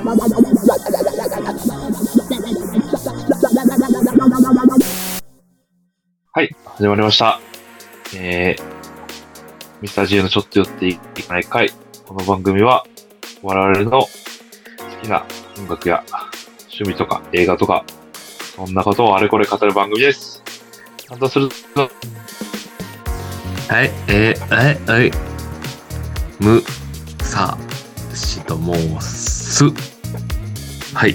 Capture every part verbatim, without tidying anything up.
はい、始まりました。えー、ミスター G のちょっと寄っていかない回。この番組は、我々の好きな音楽や趣味とか映画とか、そんなことをあれこれ語る番組です。担当すると、 はい、えー、はい、はい。む、さ、しと申す。はい。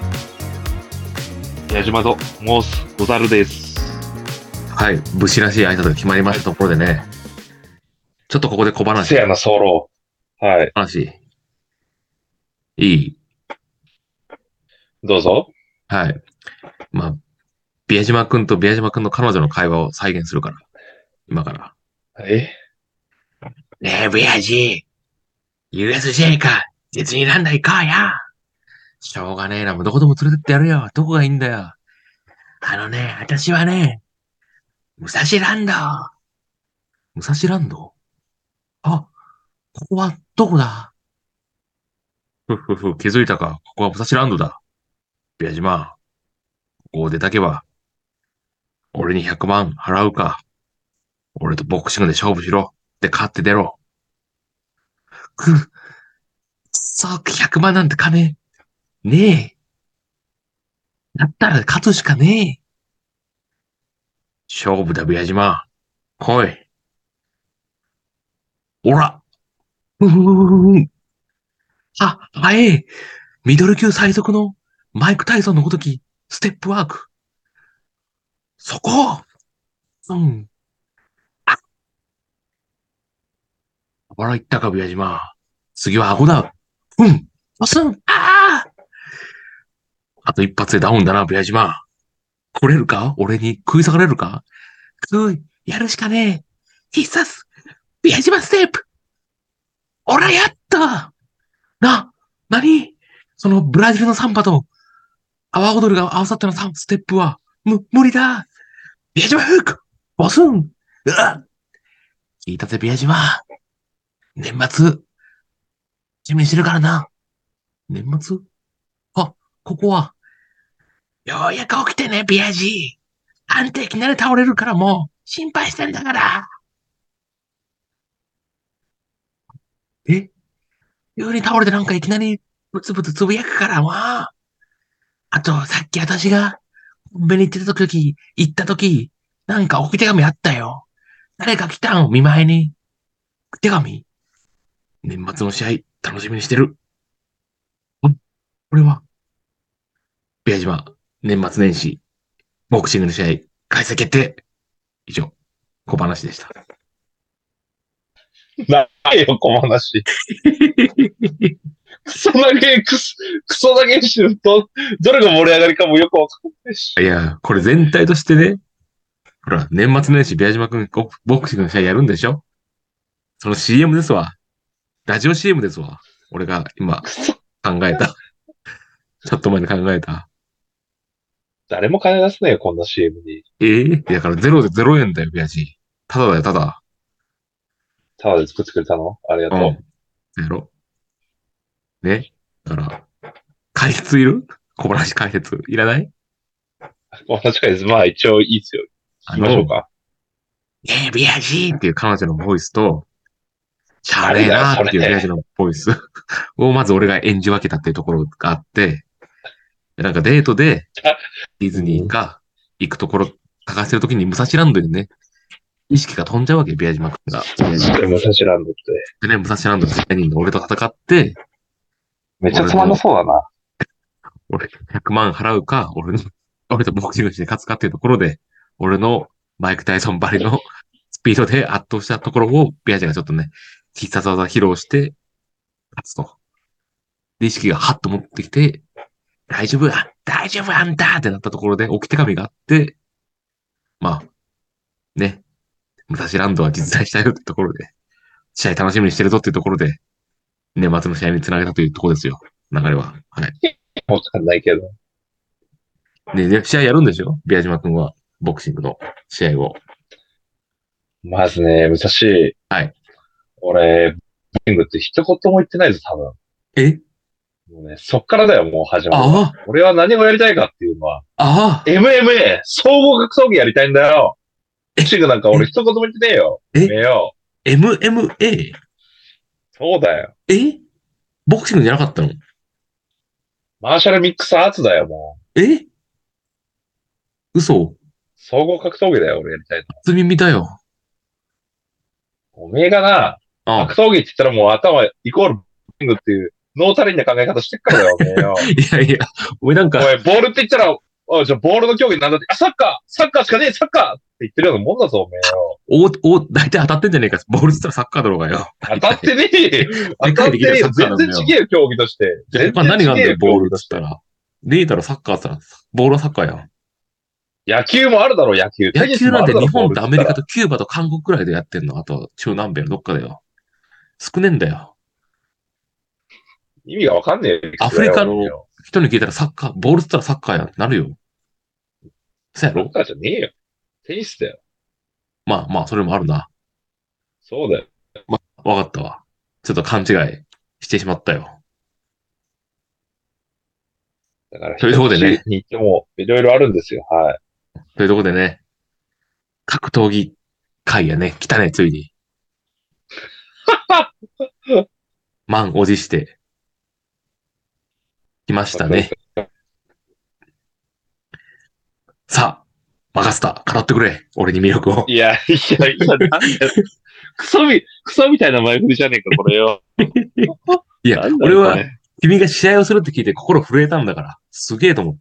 矢島と申すござるです。 はい。武士らしい挨拶が決まりましたところでね。ちょっとここで小話。 せやな、ソロ。はい。 話。いい。 どうぞ。 はい。まあ、宮島くんと宮島くんの彼女の会話を再現するから。今から。 えねえ、宮島。ユーエスジェー か。ディズニーランド行こうや。しょうがねえな。もうどこでも連れてってやるよ。どこがいいんだよ。あのね、私はね、武蔵ランド。武蔵ランドあ、ここはどこだふふふ、気づいたか。ここは武蔵ランドだ。宮島、ここを出たけば、俺にひゃくまん払うか。俺とボクシングで勝負しろ。で、勝って出ろ。く、そう、ひゃくまんなんて金、ねえ。だったら勝つしかねえ。勝負だ、宮島。来い。おら。ふふふふふ。あ、あえ。ミドル級最速のマイク・タイソンのごとき、ステップワーク。そこうん。あ、笑ったか、宮島。次は顎だ。うん。あすん。あああと一発でダウンだな、宮島。来れるか俺に食い下がれるかくい、やるしかねえ。必殺、宮島ステップ。おら、やったな、なにそのブラジルのサンバと、阿波踊りが合わさってのサンステップは、む、無理だ。宮島フックボスンうわ聞いたぜ、宮島。年末、準備してるからな。年末あ、ここは、ようやく起きてね、ビアジー。安定期なり倒れるからもう、心配してんだから。え急に倒れてなんかいきなり、ブツブツつぶやくからもう。あと、さっき私が、コンビニ行ってた時、行った時、なんか置き手紙あったよ。誰か来たん見舞いに。手紙年末の試合、楽しみにしてる。んこれは、宮島、年末年始、ボクシングの試合、開催決定。以上、小話でした。 ないよ、小話。クソ投げ、クソ、クソ投げしてると、どれが盛り上がりかもよくわかんないし。 いや、これ全体としてね、ほら、年末年始、宮島くん、ボボクシングの試合やるんでしょその シーエム ですわ。ラジオ シーエム ですわ。俺が今、考えた。ちょっと前に考えた。 誰も金出すねよ、こんな シーエム に。 ええだからゼロでゼロえんだよ、宮地。ただだよ、ただ。 タダで作ってくれたのありがうとん。やろ。ね。だから、解説いる小話解説いらないう 。確かに、まあ一応いいですよ。聞きましょうか。 ねえ、ビアジーっていう彼女のボイスと、しゃあねえ誰だよ、 なーっていうビアそれね。 ジーのボイスをまず俺が演じ分けたっていうところがあって、なんかデートでディズニーうん。 か行くところ探してるときに武蔵ランドにね、意識が飛んじゃうわけ、ビア島くんが。 でも、サシランドって。 でね、武蔵ランドのさんにんで俺と戦って、 めっちゃつまんなそうだな。 俺ひゃくまん払うか、俺の、俺とボクシングして勝つかっていうところで、俺のマイク・タイソンばりのスピードで圧倒したところを、ビアジがちょっとね、必殺技披露して勝つと。で、意識がハッと持ってきて、大丈夫だ大丈夫あんたってなったところで置き手紙があって、まあ、ね、武蔵ランドは実在したよってところで、試合楽しみにしてるぞっていうところで、年末の試合につなげたというところですよ。流れは。はい。 わかんないけど。 で、で試合やるんでしょ宮島くんは、ボクシングの試合を。 まずね、武蔵、 はい。 俺、ボクシングって一言も言ってないぞ、多分。 えね、そっからだよ、もう始まる。 あ俺は何をやりたいかっていうのは、 あ、ああ、 エムエムエー、総合格闘技やりたいんだよ。ボクシングなんか俺一言も言ってねえよ。 えめよ。 エムエムエー? そうだよ。 えボクシングじゃなかったの？ マーシャルミックスアーツだよ、もう。 え嘘。 総合格闘技だよ、俺やりたい初耳だよ。 の。おめえがな、 あ格闘技って言ったらもう頭イコールボクシングっていう、ノータリンな考え方してっからだよ、おめえよ。 いやいや、俺なんか、 お前、ボールって言ったら、おい、じゃあボールの競技なんだって、あ、サッカーサッカーしかねえ、サッカーって言ってるようなもんだぞ、おめえよ。 お、お、大体当たってんじゃねえか。ボールって言ったらサッカーだろうがよ。 当たってねえよ。当世たってねえよ。 界できるサッカーなんだよ。 全然違えよ、競技として。 じゃあ他全然違えよ、 何があんだよ、ボールっ競技として。 つったら。ねえだろ、サッカーっつったら。ボールはサッカーやん。 野球もあるだろ、野球。テ野ニス球なんて日もあるだろ、ボー本とアメリカルって言ったら。 とキューバと韓国くらいでやってんの。あと、中南米のどっかだよ。少ねえんだよ。 意味がわかんねえよ。 アフリカのおめえよ人に聞いたらサッカー、ボールっつったらサッカーやんってなるよ。そうやろ？ サッカーじゃねえよ。テニスだよ。 まあまあ、それもあるな。 そうだよ。 わかったわ。ちょっと勘違いしてしまったよ。 だから、 というところでね一口に行っても、いろいろあるんですよ。はい。 というところでね、格闘技会やね、来たね、ついに。満を持して、来ましたね。さあ、任せた。語ってくれ。俺に魅力を。 いや、いや、いや、なんだよ。クソみ、クソみたいな前振りじゃねえか、これよ。 いやな、んだよ俺はこれ君が試合をするって聞いて心震えたんだから。すげえと思って。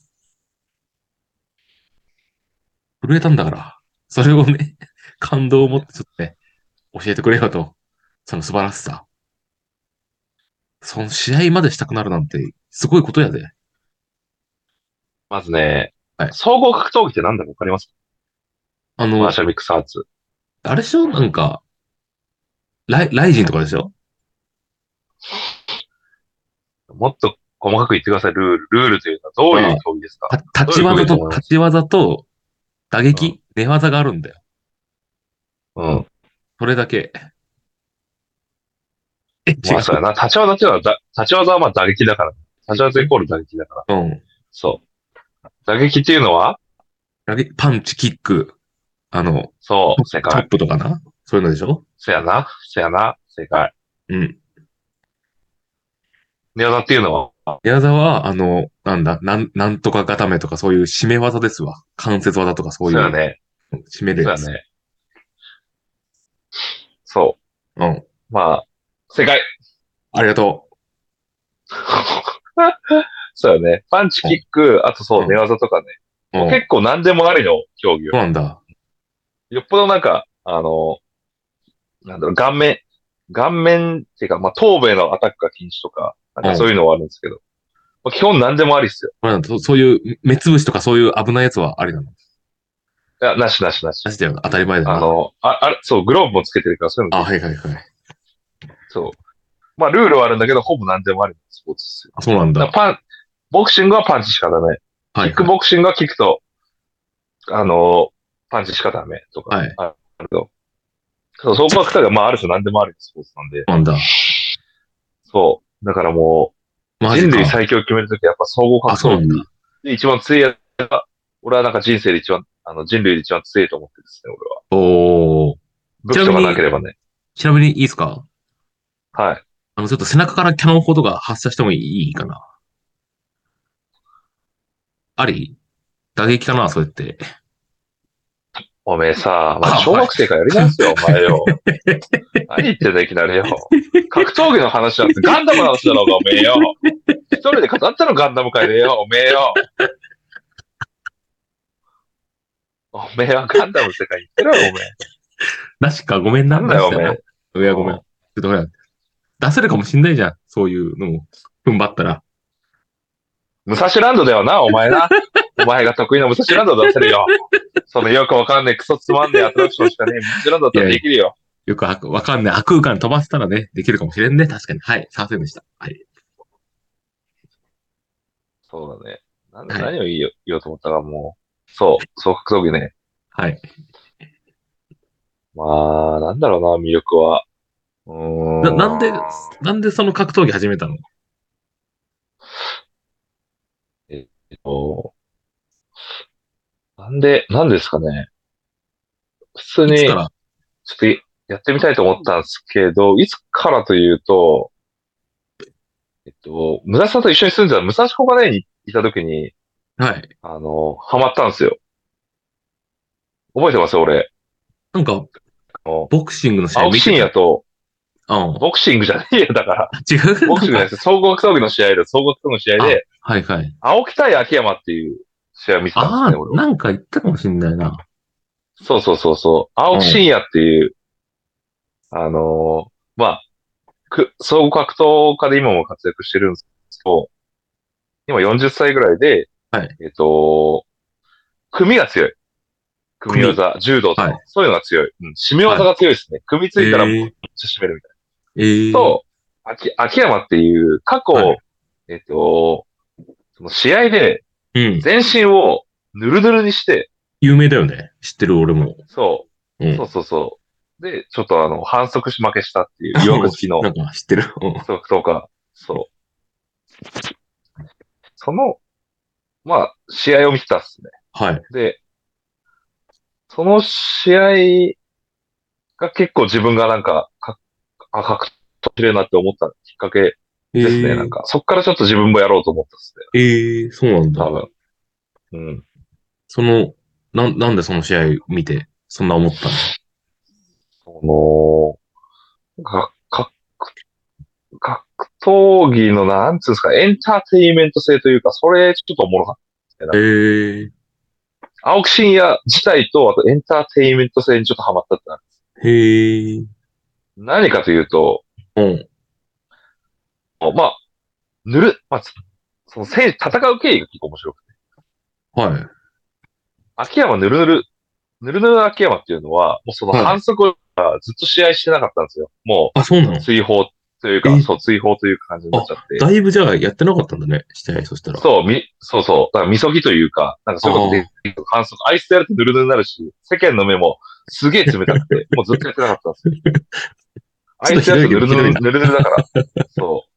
震えたんだから。それをね、感動を持ってちょっとね、教えてくれよと。その素晴らしさ。その試合までしたくなるなんて、すごいことやで。 まずね、 はい。 総合格闘技って何だかわかりますあの、 マーシャルミックスアーツ。 あれでしょなんか、ライ、ライジンとかでしょ？ もっと細かく言ってください、ルール。ルールというのはどういう競技ですか？ た立ち技と、 どういう競技だと思います立ち技と打撃、寝技があるんだよ。 うん。 それだけ。え、違まあ、そうやう。 な。立ち技っていうのはだ、立ち技はまあ打撃だから。立ち技イコール打撃だから。 うん。 そう。打撃っていうのは、 打撃、パンチ、キック、あの、 そう、正チョッ解。 プとかなそういうのでしょ？ せやな。せやな。正解。 うん。 寝技っていうのは、 寝技は、あの、なんだ、なん、なんとか固めとかそういう締め技ですわ。関節技とかそういうそうやね。 締めるやつ。 そうやね。そうん。 う。まあ、正解。 ありがとそうやね。パンチ、キック、あとそうう、 ん寝技とかね。 う。うん。 結構何でもありの競技よ。 そうなんだ。 よっぽどなんか、あの、なんだろう、顔面、顔面っていうか、まあ、頭部へのアタックが禁止とか、なんうん。 かそういうのはあるんですけど、まあ、基本何でもありっすよ。 そうなんだそそういう目つぶしとかそういう危ないやつはありなの？ いや、なしなしなし。 なしだよな。当たり前だな。 あの、あ、あれ、そう、グローブもつけてるから、そういうのあ、 できる。 はいはいはい。 そう。まあ、ルールはあるんだけど、ほぼ何でもありのスポーツですよ。 あ、そうなんだ。 だからパン、ボクシングはパンチしかダメ。キックはいはい。 ボクシングはキックと、あの、パンチしかダメとか、 はい。 あるけど、そう、総合格闘技はまあ、ある種何でもありのスポーツなんで、 そうなんだ。 そう。だからもう、 マジか。 人類最強を決めるときはやっぱ総合あ、 格闘技そうなんだ。 で一番強いやつが、俺はなんか人生で一番、あの、人類で一番強いと思ってるんですね、俺は。 おー。 武器とかなければね。 ちなみにいいですか？ はい。 あの、ちょっと背中からキャノン砲とか発射してもいいかな？あり？打撃かなそれって。 おめえさ、まあ、 あ、小はい。 学生からやり直すよ、お前よ。何言ってんだ、いきなりよ。格闘技の話なんてガンダムの話だろうが、おめえよ。一人で語ったのガンダム界でよ、おめえよ。おめえはガンダムの世界行ってろよ、おめえ。 なしか、ごめんな。 なんだよ、おなしだな。 めえ。 いや、ごめん。ちょっとほら、出せるかもしんないじゃん。そういうのも、踏ん張ったら。 武蔵ランドだよな、お前な。お前が得意な武蔵ランド出せるよ。そのよくわかんねえ、クソつまんねえアトラクションしかねえ、武蔵ランドだったらできるよ。 よくわわかんない。悪空間飛ばせたらね、できるかもしれんね。確かに。はい。させんでした。はい。 そうだね。なはい。 何を言いよ言おうと思ったか、もう。そう、総格闘技ね。 はい。 まあ、なんだろうな、魅力は。うーな、 ん。 なんで、なんでその格闘技始めたの？ となんで、なんですかね。普通に、 いつから？ ちょっとやってみたいと思ったんですけど、いつからというと、えっと、武蔵さんと一緒に住んでた武蔵小金井にいた時に、 はい。 あの、ハマったんですよ。覚えてます俺。 なんか、 あのボクシングの試合青木真見てた。 也と、 うん。 ボクシングじゃねえよ、だから。 違うなんか、 ボクシングじゃないです。総合格闘技の試合で、総合格闘技の試合あ、 で、 はいはい。 青木対秋山っていう試合を見てたんですね、 ああ、 俺は。 なんか言ったかもしんないな。 そうそうそうそう。青木真うん。 也っていう、あのーまあ、く、総合格闘家で今も活躍してるんですけど、今よんじゅっさいぐらいで、 はい。 えっと、組が強い。組み組。 技、柔道とか、 はい。 そういうのが強い。うん、締め技はが強いですね。組みつい。 いたらめっえー、 ちゃ締めるみたいな。 えー、 と、秋、秋山っていう過去、 はい。 えっと、その試合でうん。 全身をヌルヌルにして、 有名だよね。知ってる俺も。 そう、そううん。 そうそう。で、ちょっとあの、反則し負けしたっていう、曰く付きの、 なんか知ってる。うん。 そうとか、そう。その、まあ、試合を見てたっすね。 はい。 で、その試合が結構自分がなんか、か、あ、格闘しれいなって思ったきっかけえですね。なんー、 か、そっからちょっと自分もやろうと思ったっすね。 えー、そうなんだ。 多分。うん。 その、なん、なんでその試合見て、そんな思ったの？ その、が、か、格闘技のなんつうんですか、エンターテインメント性というか、それちょっとおもろかったですね。なえんかー、 青木真也自体と、あとエンターテインメント性にちょっとハマったってなる。 へー、 何かというと、 うん。 まあ、ぬる、まあ、その戦、戦う経緯が結構面白くて。 はい。 秋山ぬるぬる、ぬるぬる秋山っていうのは、もうそのはい。 反則をずっと試合してなかったんですよ。もあ、そうなう、 の？ 追放というか、 え、 そう、追放という感じになっあ、 ちゃって。 だいぶじゃあやってなかったんだね。試合、そしたら。 そう、み、そうそう。だから、みそぎというか、なんかそういうことであきる反則、アイスでやるとヌルヌルになるし、世間の目もすげえ冷たくて、もうずっとやってなかったんですよ。アイスやるちょっとひどいけど、 とヌルヌル、 ひどいな。 ヌルヌルだから。そう。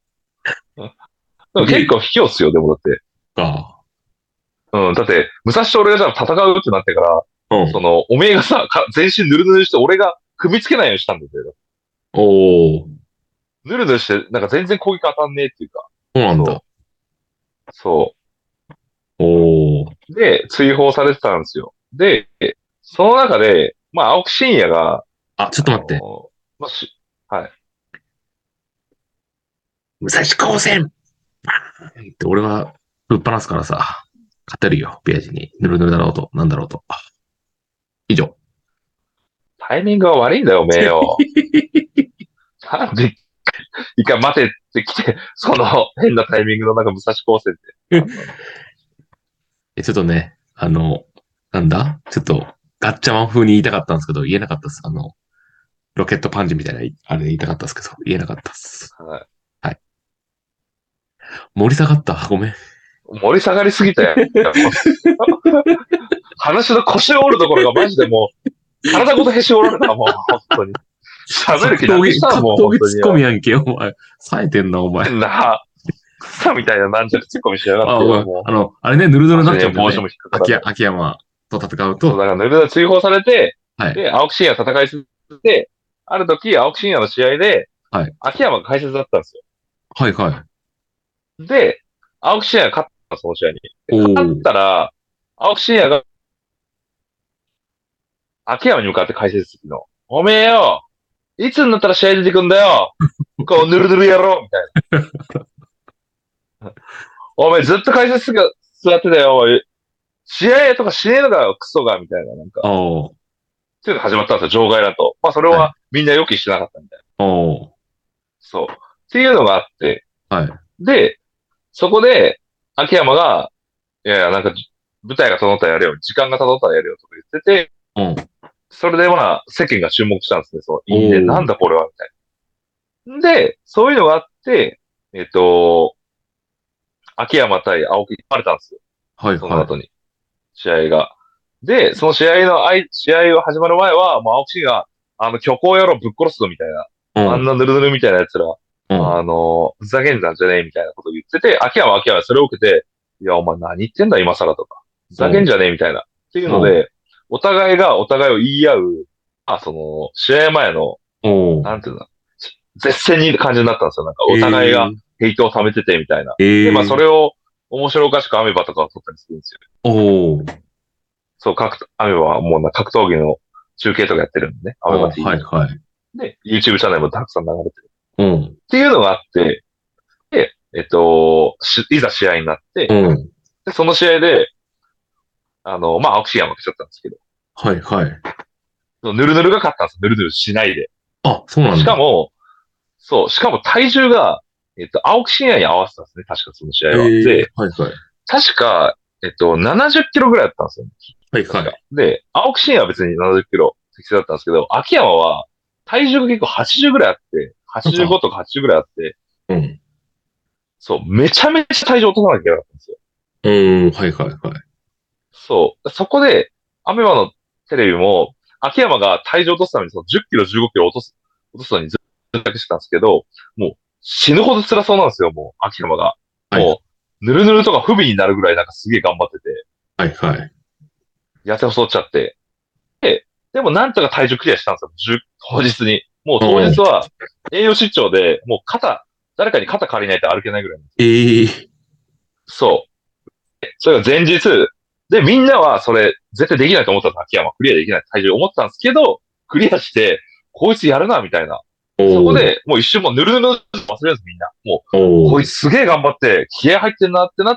うんでも結で、 構卑怯っすよ、でもだって。 か。 うん、だって、武蔵と俺がじゃあ戦うってなってから、 うん。 その、おめえがさ、か全身ヌルヌルして俺が踏みつけないようにしたんだよ。 おー、 ヌルヌルして、なんか全然攻撃当たんねえっていうか。 そうなんだ。 そう。そおー。 う。で、追放されてたんですよ。で、その中で、まあ、青木真也が、 あ、ちょっあと待って。 の、まあ、し、はい。 武蔵高専って俺はぶっ放すからさ、勝てるよ、ページに。ぬるぬるだろうと、なんだろうと。以上。 タイミングが悪いんだよ、おめえよ。なんで、一回待てってきて、その変なタイミングの中、武蔵高専って。なんなの。 えちょっとね、あの、なんだちょっと、ガッチャマン風に言いたかったんですけど、言えなかったです。あの、ロケットパンチみたいな、あれ言いたかったですけど、言えなかったです。 はい。 はい。盛り下がった。ごめん。 盛り下がりすぎたよ。話の腰を折るところがマジでもう、体ごとへし折られた、もう、本当に。喋る気な格闘技、 くしたもん、もう、 格闘技本当によ。 ツッコミやんけ、お前。冴えてんな、お前。 変な、草みたいな軟弱ツッコミしやがっあ、 てよ、 お前もあの、あれね、ぬるぬるう。 になっ足にちゃうんだよね。 帽子も引っかから秋山、 ない。 秋山と戦うそう、 と、 だから、ぬるぬる追放されて、 はい、 で、青木真也戦い続けて、ある時、青木真也の試合で、 はい、 秋山が解説だったんですよ。 はい、はい。 で、青木真也が勝ったその試合に。でお勝っー。 たら、青木真也が秋山に向かって解説するの。おめえよ、いつになったら試合出てくんだよ。こう、ぬるぬるやろうみたいな。おめえずっと解説が座ってたよ。おい試合とかしねえのかよ、クソが、みたいな、なんか。 おー。 そういうの始まったんですよ、場外だと。まあ、それはい、 はみんな予期してなかったみたいな。 おー。 そう。っていうのがあって。 はい、 で、そこで、秋山が、いやいや、なんか、舞台が整ったらやれよ、時間が整ったらやれよとか言ってて、 うん。 それでまあ、世間が注目したんですね。そう、因縁、なおー。 んだこれは、みたいな。で、そういうのがあって、えっと、秋山対青木に組まれたんですよ。 はい、はい。 その後に、試合が。で、その試合のあい、試合が始まる前は、もう青木が、あの、虚構野郎ぶっ殺すぞ、みたいな。 うん、 あんなヌルヌルみたいな奴ら、 うん。 あの、ふざけんじゃんじゃねえ、みたいなことを言ってて、秋山は秋山はそれを受けて、 いや、お前何言ってんだ、今更とか。ふざけんじゃねえ、みたいな。っていうので、お互いがお互いを言い合う、あ、その、試合前の、 おー。 なんていうの、絶戦に感じになったんですよ。なんか、 えお互いがー、 ヘイトを貯めてて、みたいな。 えで、まあ、そー、 れを、面白おかしくアメバとかを撮ったりするんですよ。 おー。 そう、格アメバはもうな格闘技の中継とかやってるんでね。アメバあ、はティーブイいはい。 で、YouTube チャンネルもたくさん流れてる。 うん、 っていうのがあって、で、えっと、しいざ試合になって、 うん。 で、その試合で、あの、まあ、青木真也負けちゃったんですけど、 はいはい。 そのヌルヌルが勝ったんですよ。ヌルヌルしないで。 あ、そうなしんだ。 かも、そう、しかも体重が、えっと、青木真也に合わせたんですね。確かその試え合は。 ー、 で、 はいはい。 確か、えっと、ななじゅっキロぐらいだったんですよ。 はい確か。 はい。 で、青木真也は別にななじゅっキロ適正だったんですけど、秋山は体重が結構はちじゅうぐらいあって、 なんか、 はちじゅうごとかはちじゅうぐらいあって、 うん。 そう、めちゃめちゃ体重落とさなきゃいけなかったんですよ。 うーん、はいはいはい。 そう。そこで、アメマのテレビも、秋山が体重を落とすためにそのじゅっキロ、じゅうごキロ落とす、落とすのにずっとしてたんですけど、もう死ぬほど辛そうなんですよ、もう、秋山が。 はいもう、ぬるぬるとか不備になるぐらいなんかすげえ頑張ってて、 はいはい。 痩せ細っちゃって。で、でもなんとか体重クリアしたんですよ、じゅ当日に。もううん。 当日は栄養失調で、もう肩、誰かに肩借りないと歩けないぐらいなんですよ。 ええ、 そう。それが前日、で、みんなはそれ絶対できないと思ったんです。秋山。クリアできない体重思ってたんですけど、クリアして、こいつやるな、みたいな。でそこおー、 で、もう一瞬もうぬるぬる忘れるんです、みんな。もう、こいおー、 つすげえ頑張って、気合入ってんなってなって、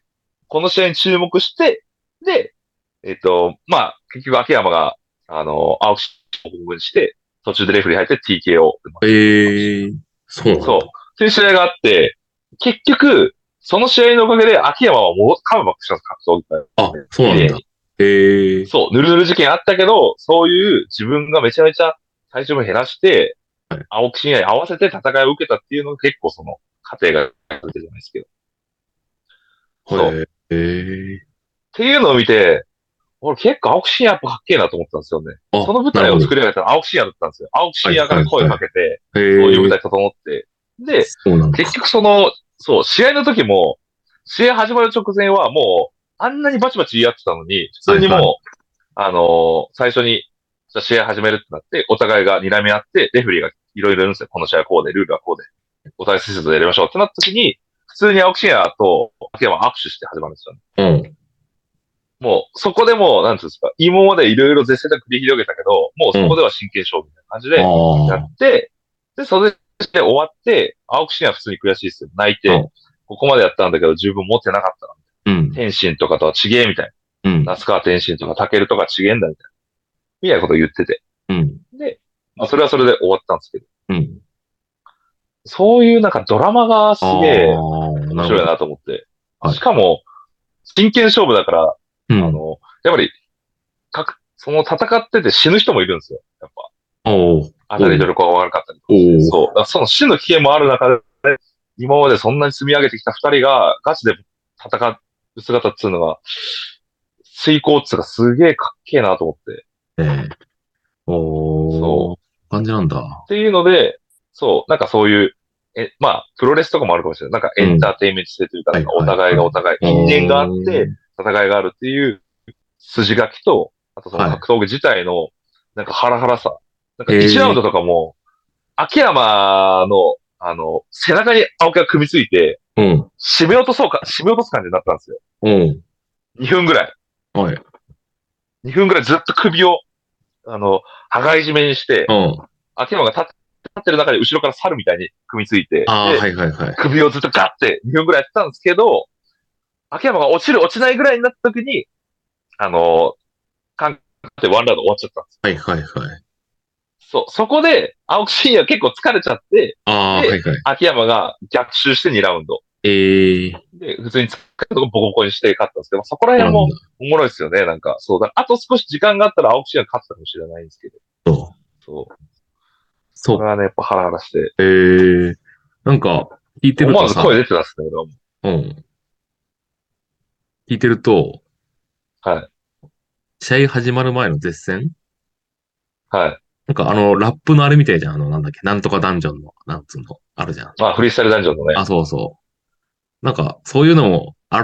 この試合に注目して、で、えっと、まあ、結局秋山が、あの、青木を本分して、途中でレフェリー入って ティーケーオー で負け負けました。 ええ、そうなんそう。 だ。 っていう試合があって、結局、その試合のおかげで秋山はもうカムバックしたんです、格闘技あ、 界で。 そうなんだ。 綺麗に。 ええ、 そう、ぬるぬる事件あったけど、そういう自分がめちゃめちゃ体重も減らして、 はい。 青木真也に合わせて戦いを受けたっていうのが結構その、過程が出てるじゃないですけど。そう。っはい。ええ、 ていうのを見て、俺結構青木真也やっぱかっけえなと思ったんですよね。そあ、 の舞台なるほど。 を作り上げたのは青木真也だったんですよ。青木はい真也から声はいはい。 かけて、そういうええ、 舞台整って。で、 そうなんだ。 結局その、そう、試合の時も、試合始まる直前はもう、あんなにバチバチ言い合ってたのに、普はいはい。 通にもう、あのー最初に、じゃあ試合始めるってなって、お互いが睨み合って、レフェリーがいろいろ言うんですよ。この試合はこうで、ルールはこうで、お互いせっせとやりましょうってなった時に、普通に青木真也と秋山握手して始まるんですよね。 うん。 もう、そこでもう、なんていうんですか、今までいろいろ絶世で繰り広げたけど、もううん。 そこでは真剣勝負みたいな感じあでやっあ。 て、で、それで終わって、青木真也は普通に悔しいですよ。泣いて、 あ、 ここまでやったんだけど十分持ってなかったな。 うん。 天心とかとは違えみたいな。 うん。 那須川天心とかタケルとか違えんだみたいな。みたいなことを言ってて。 うん。 で、まあそれはそれで終わったんですけど、 うん。 そういうなんかドラマがあすげえあ、なるほど。 面白いなと思って。 はい。 しかも、真剣勝負だから、 うん。 あの、やっぱり、かく、その戦ってて死ぬ人もいるんですよ。やっぱ。 おー、 当たりおー、 力が悪かったりとかして。 おー。 そう。だからその死の危険もある中で、今までそんなに積み上げてきた二人がガチで戦う姿っていうのが、遂行っていうかすげえかっけえなと思って。 ええ、おー、 そう。 感じなんだ。 っていうので、そう、なんかそういう、え、まあ、プロレスとかもあるかもしれない。なんかエうん。 ンターテインメント性というか、 はいなんかおはいはい。 互いがお互い、因縁があって、 おー、 戦いがあるっていう筋書きと、あとそのはい。 格闘技自体の、なんかハラハラさ。なんかいちラウンドええ、 とかも、秋山の、あの、背中に青木が組みついて、 うん、 締め落とそうか、締め落とす感じになったんですよ。 うん、 にふんぐらい。 はい。 にふんぐらいずっと首を、あの、羽交い締めにして、 うん。 秋山が立ってる中で後ろから猿みたいに組みついて、 ああ、はで、 いはいはい。 首をずっとガッてにふんぐらいやってたんですけど、秋山が落ちる落ちないぐらいになった時に、あの、カンってワンラウンド終わっちゃったんです。 はいはいはい。 そう、そこで、青木真也結構疲れちゃって、 ああ、はいで、 はい。 秋山が逆襲してにラウンド。 ええ、 で、普通に疲れたとこボコボコにして勝ったんですけど、そこら辺もそうなんだ。 おもろいですよね、なんか。そうだ。あと少し時間があったら青木真也勝ってたかもしれないんですけど。 そう。 そう。そそれはね、やっぱハラハラして、 う。ええ、なんか、聞いてる思わず声とさ、 出てたっすね、俺はもうん。聞いてると、 う。はい。 試合始まる前の絶戦はい。 なんかあの、ラップのあれみたいじゃん。あの、なんだっけ、なんとかダンジョンの、なんつうの、あるじゃん。 まあ、フリースタイルダンジョンのね。 あ、そうそう。なんか、そういうのもある、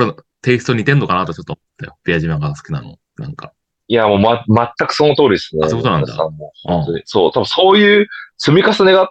テイスト似てんのかなとちょっと思ったよ。宮島が好きなの。なんか。 いや、もうま、全くその通りですね。 あ、そういうことなんだ。 皆さんも。本当に。そう、多分そういう積み重ねがあって、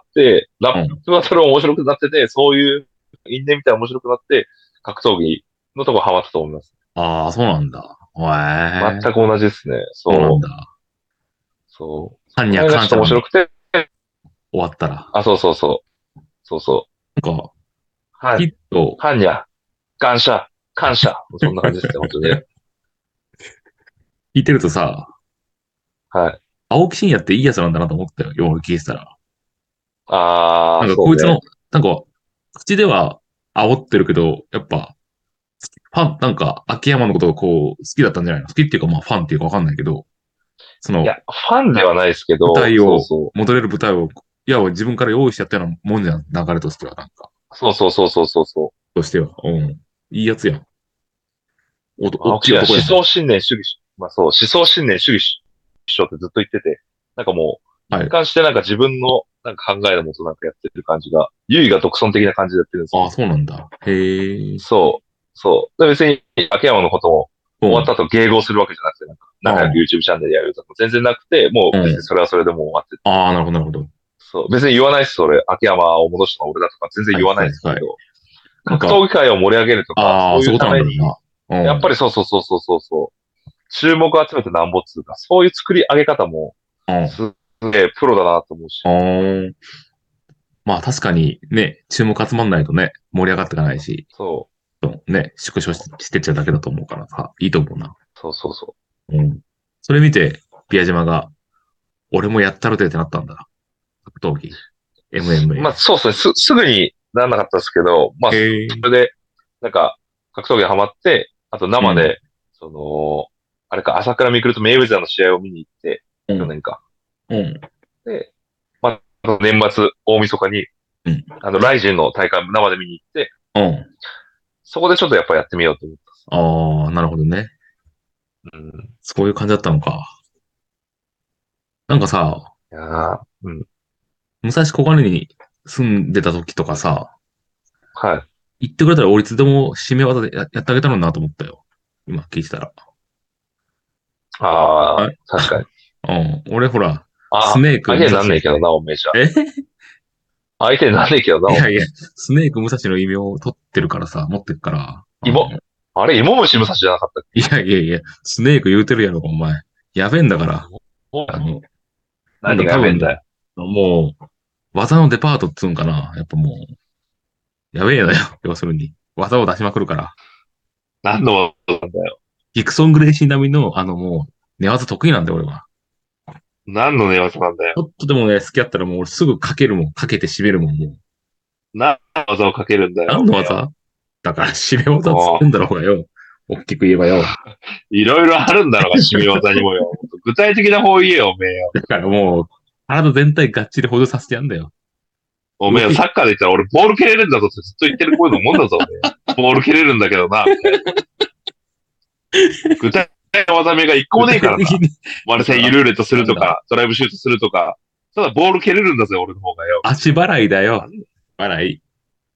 ラップバトル面白くなってて、そういう因縁みたいな面白くなって、格闘技のとこハマったと思います。 ああ、そうなんだ。へえ。 全く同じですね。 そうなんそう。 だ。 そう。 般若これがちょっと感謝のに面白くて、 終わったら。 あ、そうそうそう。そうそう。 なんか、 はん、 きっと、 はんにゃ、感謝、感謝。そんな感じですね、本当に。 聞いてるとさ、 はい。 青木真也っていいやつなんだなと思ったよ。よく聞いてたら。なあー、 んかそうね。 こいつの、なんか、口では煽ってるけど、やっぱ、ファン、なんか、秋山のことをこう、好きだったんじゃないの？好きっていうか、まあ、ファンっていうかわかんないけど、その、 いや、ファンではないですけ舞ど、 台を、 そうそう。 戻れる舞台を、いや、自分から用意しちゃったようなもんじゃん、流れとしては、なんか、 そうそうそうそうそうそう。 としては。うん。いいやつやん。おと、大青木氏はきい男やん。 思想信念主義、まあそう、思想信念主義主張ってずっと言ってて、なんかもう、一はい。 貫してなんか自分のなんか考えのもとなんかやってる感じが、優位が独尊的な感じでやってるんですよ。 ああ、そうなんだ。へえ。 そう、そう。で別に秋山のこともうん。 終わった後迎合するわけじゃなくて、なんか仲良くああ、 YouTube チャンネルやるとか全然なくて、もう別にうん。 それはそれでもう終わってて。 ああ、なるほど、なるほど。 そう。別に言わないです、それ。秋山を戻したのは俺だとか全然はい、 言わないはい、はい。 ですけど、格闘なんか、 技界を盛り上げるとか、 ああ、 そういうそういうことために、 なんだろうな。うん。 やっぱりそうそうそうそうそうそう。注目を集めてなんぼっつうか、そういう作り上げ方も、 うん。 すげえプロだなと思うし。 ああ。まあ確かにね、注目集まんないとね、盛り上がっていかないし、 そね、縮小ししてっちゃうだけだと思うからさ、いいと思うな。 う、そうそうそうん。それ見て、ピア島が、俺もやったるでってなったんだ。格闘技。 う。すまあエムエムエー。 そうですね、す、すぐにならなかったですけど、まあ、 へそえ。 れで、なんか、格闘技ハマって、あとうん。 生で、その、あれか、朝倉未来とメイウェザーの試合を見に行って、 うん。 去年か。 うん。 で、まあ、年末、大晦日に、 うん。 あの、ライジンの大会生で見に行って、 うん。 そこでちょっとやっぱやってみようと思ったんです。 ああ、なるほどね。 うん。 そういう感じだったのか。なんかさ、 いやー、うん。 武蔵小金に住んでた時とかさ、 はい。 言ってくれたら俺いつでも締め技でや、やってあげたのになと思ったよ。今聞いてたら。 ああ、 え確かに。 うん。俺ほら、スあ、 ネーク相手に武蔵。 なんねえけどな、おめえじゃ。 え相手になんねえけどな、おめえ。 いやいや、スネーク武蔵の異名を取ってるからさ、持ってるから。う芋、 ん。 あれ、芋虫武蔵じゃなかったっいやいやいや、スネーク言うてるやろ、お前。やべえんだかけ？ ら。あの、なん何だ、多分、 がやべえんだよ。 もう、技のデパートっつうんかな。やっぱもう、やべえだよ。要するに。技を出しまくるから。 何の技なんだよ。 ギクソン・グレイシー並みの、あのもう、寝技得意なんだよ、俺は。 何の寝技なんだよ。 ちょっとでもね、好きやったらもう俺すぐかけるもん。かけて締めるもん、もう。 何の技をかけるんだよ、おめえは。 何の技だから締め技っつってんだおうろうがよ。大きく言えばよ。 いろいろあるんだろうが、締め技にもよ。具体的な方言えよ、おめえよ。 だからもう、体全体がっちり補助させてやんだよ。 おめえよ、 動き、 サッカーで言ったら俺ボール蹴れるんだぞってずっと言ってる声のもんだぞ、おめえ。ボール蹴れるんだけどな、みたいな。具体的な技名が一個具もねえからな。 体的に。 マルセイユだから、 ルーレットすなんだるとか、ドライブシュートするとか、ただボール蹴れるんだぜ、俺の方がよ。 足払いだよ。 なん払い。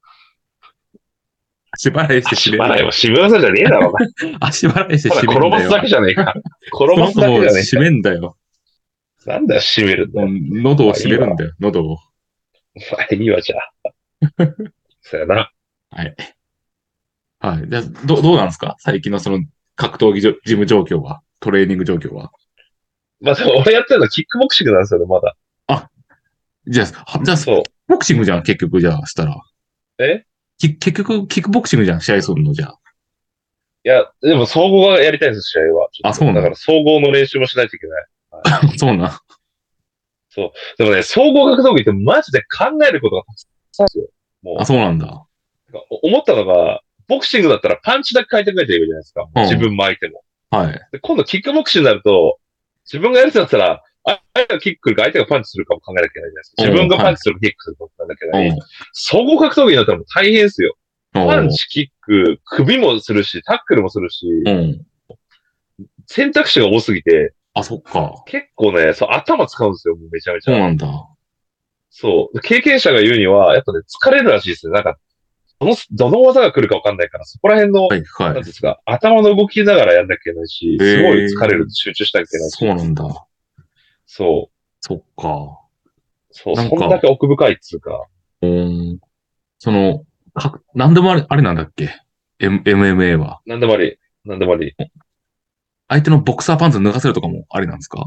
足払いして締足払いはめるんだよ。 締め技じゃねえだろうな。 足払いしてただ締めんだよ。 転ばすだけじゃねえか。転ばすその後もう締だけじゃねえか。 めんだよ。 なんだよ、締めるんだもうよ。 喉をまあいいわ。 締めるんだよ。喉を。 まあいいわ、じゃあ。そうやな。 はい。はい。じゃあ、ど、どうなんですか最近のその格闘技ジョジム状況はトレーニング状況は？ まあでも俺やってるのはキックボクシングなんですよね、まだ。 あ、じゃあ、はじゃあ、 そボクシングじゃん、結局、じゃあ、したら。 う。えき結局、キックボクシングじゃん、試合するの、じゃあ。 いや、でも総合がやりたいんです、試合は。ちょあ、 っと。だかそうなん。 ら総合の練習もしないといけない。はい。 そうなん。 そう。でもね、総合格闘技ってマジで考えることがたくさんあるんですよ。 あ、 もそうなんだ。 う、なんか思ったのが、ボクシングだったらパンチだけ変えてくれていいじゃないですか。もう自うん。 分も相手も。 はい。 で、今度キックボクシングになると、自分がやるってなったら、相手がキック来るか相手がパンチするかも考えなきゃいけないじゃないですか。 うん、 自分がはい。 パンチするかキックするかも考えなきゃいけない。 うん。 総合格闘技になったらもう大変ですよ。パンおう。 チ、キック、首もするし、タックルもするし、 うん。 選択肢が多すぎて、 あ、そっか。 結構ね、そう、頭使うんですよ、もうめちゃめちゃ。 そうなんだ。 そう。経験者が言うには、やっぱね、疲れるらしいですね。なんか、 の、どの技が来るかわかんないから、そこら辺の、 はい、はなんていうんですか、頭の動きながらやんなきゃいけないし、 い。 すごいえ疲れる、 ー、 集中しなきゃいけないし、 そうなんだ。 そう、 そっか。 そう、 なんか、 そんだけ奥深いっつうか、 うーん、その、か、なんでもあれ、あれなんだっけ？ M、エムエムエー は。 なんでもあり、なんでもあり。 相手のボクサーパンツ脱がせるとかもありなんですか？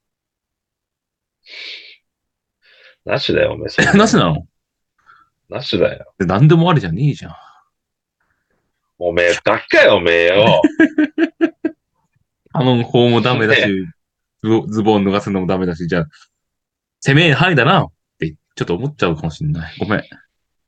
なしだよ、おめえ、そんなの。 なしなの？ なしだよ。 でなんでもありじゃねえじゃん。 おめえ、ガキかよ、おめえよ。 あの方もダメだねし、ズボズボン脱がすのもダメだし、じゃあ、攻め範囲だなってちょっと思っちゃうかもしれない。ごめん。い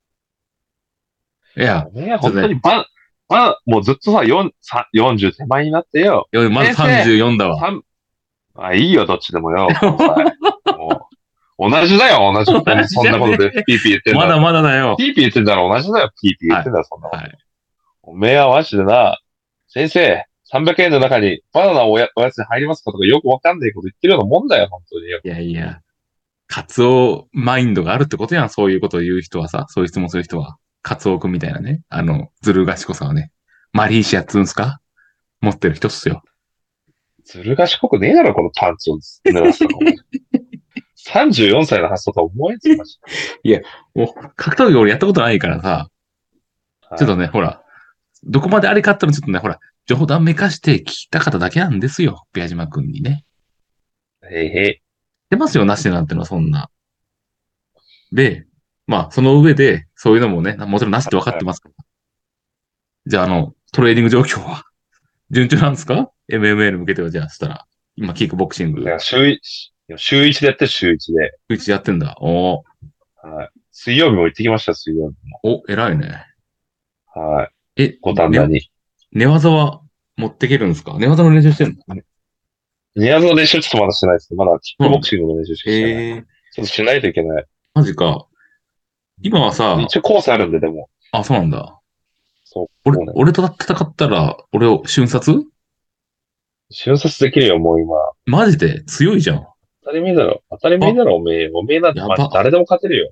や、 おめえ、本ちょっとね、 当にば、ば、もうずっとさ、よん、さよんじゅう手前になってよ。 よまだ先生、 さんじゅうよんだわ。 さん、あ、いいよ、どっちでもよ、この際。もう、同じだよ、同じ。 同じそんなことでピーピー言ってんだまだまだだよ。 ピーピー言ってんだら同じだよ、ピーピー言ってんだよ、そんなこと。 はい。 おめえはマジでな、先生、さんびゃくえんの中にバナナおやおやつに入りますかとかよくわかんないこと言ってるようなもんだよ、本当によ。 いやいや、カツオマインドがあるってことやん。そういうことを言う人はさ、そういう質問する人は。カツオ君みたいなね。あの、ずる賢さはね。マリーシアっつうんすか？持ってる人っすよ。 ずる賢くねえだろ、このパンツを濡らしたの。さんじゅうよんさいの発想とは思えんすマジもう、格闘技俺やったことないからさ、 で。はい。 ちょっとね、ほら、どこまであれかったのちょっとね、ほら、冗談めかして聞きたかっただけなんですよ。宮島君にね。 へいへい。 出ますよ、なしでなんてのはそんな。で、まあ、その上で、そういうのもね、もちろんなしって分かってますから。じゃあ、あの、トレーニング状況は順調なんですか？ エムエムエー に向けては、じゃあ、したら、今、キックボクシング、 だから週一、週一でやってる週一で。 うちやってんだ。おー、 はい。水曜日も行ってきました、水曜日お、偉いね。 も。はい。 え、 五反田ね、 に。 寝技は持ってけるんですか？寝技の練習してるの？ 宮園の練習ちょっとまだしてないですね。まだキックボクそうなんだ。 シングの練習しかしてない。 えー、 ちょっとしないといけない。 マジか。今はさ、 一応コースあるんで、でも。 あ、そうなんだ。 そう、 俺、 もうね。 俺と戦ったら、俺を瞬殺？ 瞬殺できるよ、もう今。 マジで強いじゃん。 当たり前だろ。当たり前あ、 だろ、おめえ。おめえなんてやば。 マジ誰でも勝てるよ。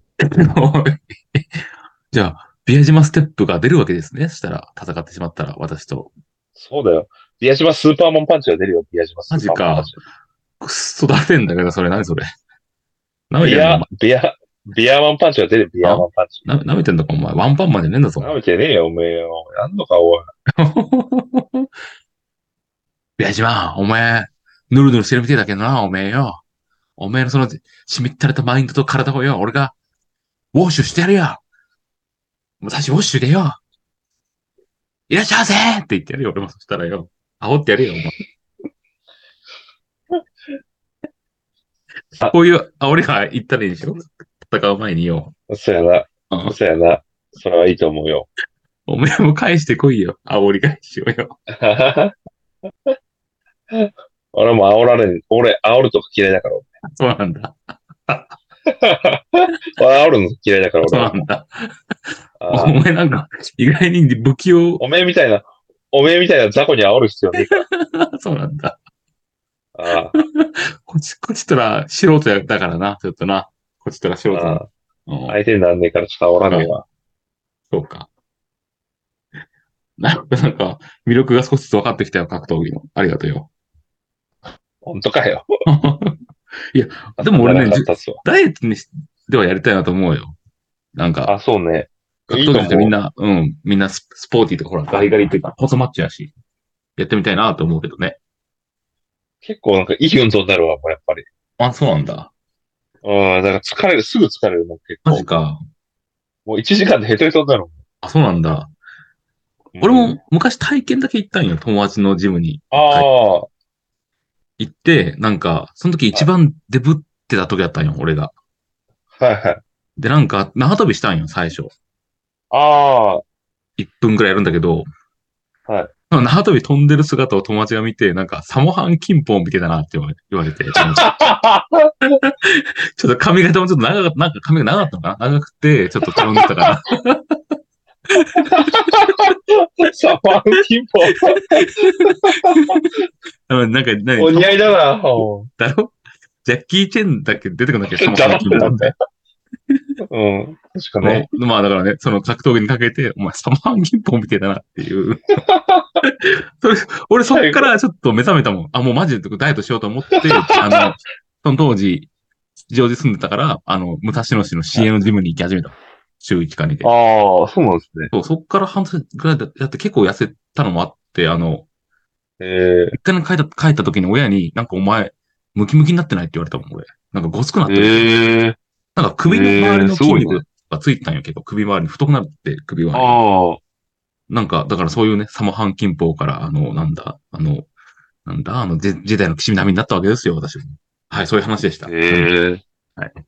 じゃあ、ビア島ステップが出るわけですね。したら、戦ってしまったら、私と。 そうだよ。ビア島スーパーマンパンチが出るよ、ビア島スマーパーマンパンジか。 チ。 くっそ出せんだけど、それ何それ。舐めてビア、 んのお前。 ビア、ビアマンパンチが出る、ビアあマンパンチ。 な、舐めてんのかお前。ワンパンマンじゃねえんだぞ。 なめてねえよ、おめえよ。やんのか、おい。 ビア島、お前、ぬるぬるしてるみてえだけどな、おめえよ。おめえのその、しみったれたマインドと体をよ、俺が、ウォッシュしてやるよ。私、ウォッシュでよ。いらっしゃいませって言ってやるよ、俺もそしたらよ。煽ってやるよ、お前。 あ、 こういう煽りが言ったらいいでしょ？戦う前によ。 そやな。 うん、 そやな。それはいいと思うよ。 おめえも返してこいよ。煽り返しをよ。 俺も煽られん、俺、煽るとか嫌いだから。 そうなんだ。 俺煽るの嫌いだから、 そう俺は。 なんだ。おああ、 前なんか、意外に不器用。 おめえみたいな、おめえみたいな雑魚に煽る必要ねえかそうなんだ。 ら。あこっち、こっちとら素人やだからな、ちょっとな。こっちとら素あ、 人な。 ああ、 うん、 相手になんねえからちょっと煽らねえわ。 そうか。なんか、なんか、魅力が少しずつ分かってきたよ、格闘技の。ありがとうよ。 本当かよ。 いや、でも俺ね、 なかったっすわ。 ダイエットにしではやりたいなと思うよ。なんか、 あ、そうね。 格闘技っていいと思う。 みんな、うん、みんなススポーティーとかほら、ガリガリっていうか、細マッチやし、やってみたいなと思うけどね。 結構なんかいい運動になるわ、もうやっぱり。 あ、そうなんだ。 うん、だから疲れる、すぐ疲れるの結構。 マジか。 もういちじかんでヘトヘトになるもん。 あ、そうなんだ。俺うん、 も昔体験だけ行ったんよ。友達のジムに。 ああ、は行って、なんか、その時一番デブってた時だったんよ、俺が。 いはい。 で、なんか、縄跳びしたんよ、最初。 あいっぷんくらいやるんだけど、 あ、はい。 縄跳び飛んでる姿を友達が見て、なんか、サモハンキンポンみたいだなって言われ言われて、ちょっと髪型もちょっと長かった、なんか髪が長かったのかな長くて、ちょっと飛んでたから。 サマーキンポ。 なんか、何お似合いだな。うんだろ？ジャッキー・チェンだっけ出てくるんだっけサモ黙ってハンキンポンって。 だって。 うん。確かね。 まあだからね、その格闘技にかけて、お前サマー銀行みたいだなっていう。それ、俺そっからちょっと目覚めたもん。あ、もうマジでダイエットしようと思って、あの、その当時、吉祥寺住んでたから、あの、武蔵野市の市営のジムに行き始めた。週いちかにで。 ああ、そうなんですね。 そう、そっから半年ぐらいやって結構痩せたのもあって、あの、 え一回帰った、帰った時に親に、なんかお前、ムキムキになってないって言われたもん、俺。なんかごつくなっー、 てる。 えー、 なんか首の周りのえー、すごいね。 筋肉がついてたんやけど、首周りに太くなって首周りが。 ああ、 なんか、だからそういうね、サモハンキンポから、あの、なんだ、あの、なんだ、あの、ジェジェダイの騎士並みになったわけですよ、私も。はい、そういう話でした。 ええー、 はい。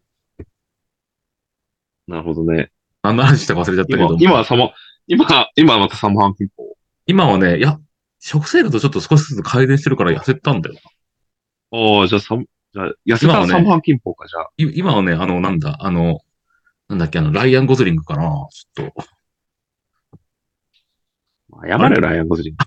なるほどね。 何の話したか忘れちゃったけ今、 ども。 今はサモ、今、今はまたサモハンキンポ。 今はね、いや、食生活ちょっと少しずつ改善してるから痩せたんだよ。 ああ、じゃあサモ、じゃあ、痩せ今はね、 たサモハンキンポか、じゃあ。 い今はね、あの、なんだ、あの、なんだっけ、あの、ライアン・ゴズリングかな、ちょっと。 謝れよ、ライアン・ゴズリング。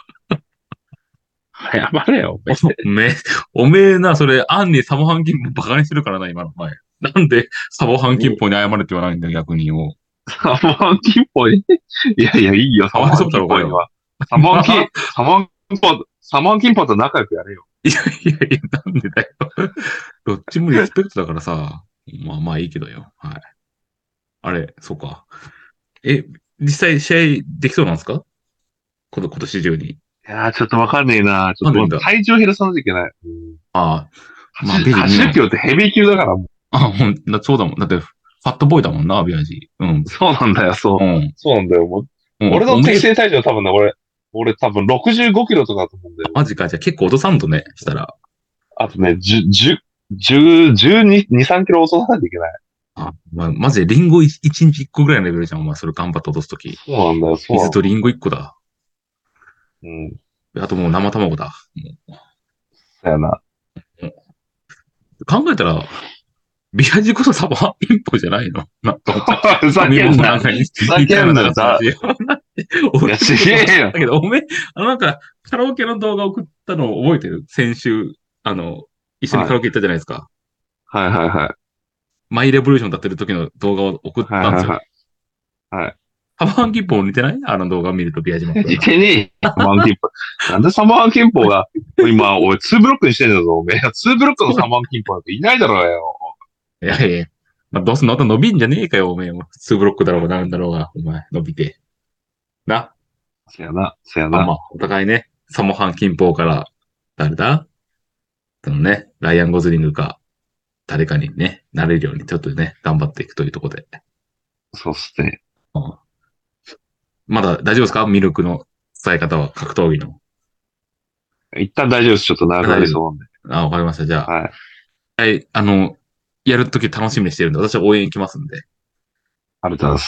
謝れよ、お前。 おめえ、おめえな、それ、アンにサモハンキンポバカにしてるからな、今の前。なんで、サモハンキンポに謝れって言わないんだよ、逆によ。 サモハンキンポにいやいや、いいよ、サモハンキンポには。サモハンキン、サモハンキンポ、サモハンキンポと仲良くやれよ。 いやいやいや、なんでだよ。どっちもリスペクトだからさ。まあまあいいけどよ。はい。あれ、そうか。え、実際試合できそうなんですか？この今年中に。 いやー、ちょっとわかんねえな。ちょっなんでだと体重減らさないといけない。うん、 ああ、まあ、 はちじゅう、はちじゅっキロってヘビー級だからもう。 あ、ほん、だ、そうだもん。だって、ファットボーイだもんな、ビアジ。うん。 そうなんだよ、そう。 うん。 そうなんだよ。もう、 うん。 俺のおめえ、 適正体重は多分ね、俺、俺多分ろくじゅうごキロとかだと思うんだよ。 マジか。じゃあ結構落とさんとね、したら。 あとね、じゅう、じゅう、じゅう、じゅうに、に、さんキロ落とさないといけない。 あ、まあ、マジでリンゴ一日一個ぐらいのレベルじゃん。お前、それ頑張って落とすとき。 そうなんだよ、そうなんだよ。 水とリンゴ一個だ。 うん。 あともう生卵だ。もだよな。 う考えたら、ビアジこそサバハンインポじゃないのなんか、 ふざけんな。 なんかにふざけんな、だ。 いや、ちげえよ。 だけど、おめえ、あのなんか、カラオケの動画送ったの覚えてる？先週、あの、一緒にカラオケ行ったじゃないですか。 はいはいはい。 マイレボリューション歌ってる時の動画を送っはいたんですよ。 はいはい。はい。 サバハンキンポ似てない？あの動画見るとビアジマン。 似てねえよ、サマーキンポ。なんでサマーキンポが、今、俺ツーブロックにしてんだぞ、おめえ。ツーブロックのサマーキンポなんていないだろうよ。 いやいやいや。まあ、どうせまた伸びんじゃねえかよ、おめえも。ツーブロックだろうがなんだろうが、お前、伸びて。な。 せやな、せやあ、 な。 まあ、お互いね、サモハン近郊から、誰だそのね、ライアン・ゴズリングか、誰かにね、なれるように、ちょっとね、頑張っていくというところで。 そうっすね。 うん、まだ大丈夫ですか？ミルクの伝え方は、格闘技の。 一旦大丈夫です。ちょっと長くなりそうなんで。 あ、わかりました。じゃあ、 はい。 はい、あの、やるとき楽しみにしてるんで、私は応援行きますんで。 ありがとうございます。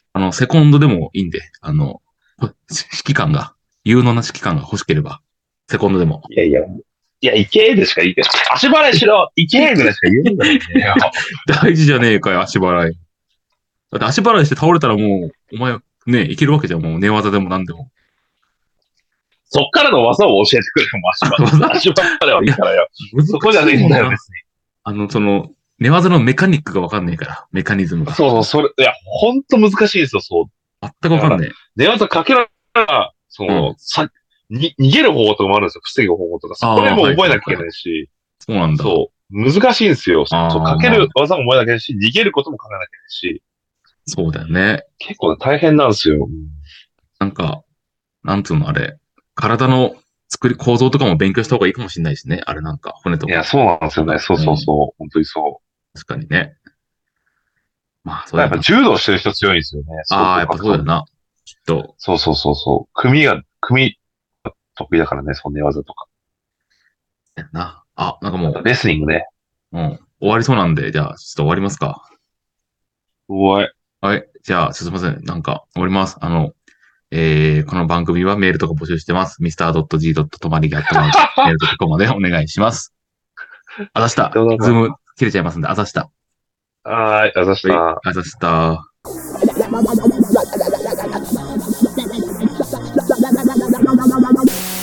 あの、セコンドでもいいんで、あの、指揮官が、有能な指揮官が欲しければ、セコンドでも。 いやいや、いや、いけーでしか言いてない。足払いしろいけーぐらいしか言えんだよ。 大事じゃねえかよ、足払い。だって足払いして倒れたらもう、お前、ね、いけるわけじゃん、もう寝技でも何でも。 そっからの技を教えてくれよ、もう足払い。足払いはいいからよ。そこじゃねえんだよ、別に。 あの、その、寝技のメカニックがわかんねえから、メカニズムが。 そうそう、それ、いや、ほんと難しいですよ、そう。 全くわかんねえ。 寝技かけらその、うん、さ、に、逃げる方法とかもあるんですよ。防ぐ方法とか。それも覚えなきゃいけないし。 そうなんだ。 そう。難しいんですよ。そう、かける技も覚えなきゃいけないし、逃げることも考えなきゃいけないし。 そうだよね。 結構大変なんですよ。 なんか、なんつうのあれ、体の作り、構造とかも勉強した方がいいかもしれないしね。あれなんか、骨とか。 いや、そうなんですよね。そうそうそう。うん、本当にそう。 確かにね。まあ、そうやっぱ柔道してる人強いんですよね。 ああ、やっぱそうだよな。きっと。 そうそうそうそう。組が、組得意だからね、その寝技とか。 やな。あ、なんかもう。 レスリングね。 うん。終わりそうなんで、じゃあ、ちょっと終わりますか。 おい。 はい。じゃあ、すいません。なんか、終わります。あの、えー、この番組はメールとか募集してます。ミスター ジー とまりぎ アットマークメールドットコム までお願いします。あざした。ズーム切れちゃいますんで、あざした。 はーい、あざした。 あざした。 La la la la la la la la la la la la la la la la la la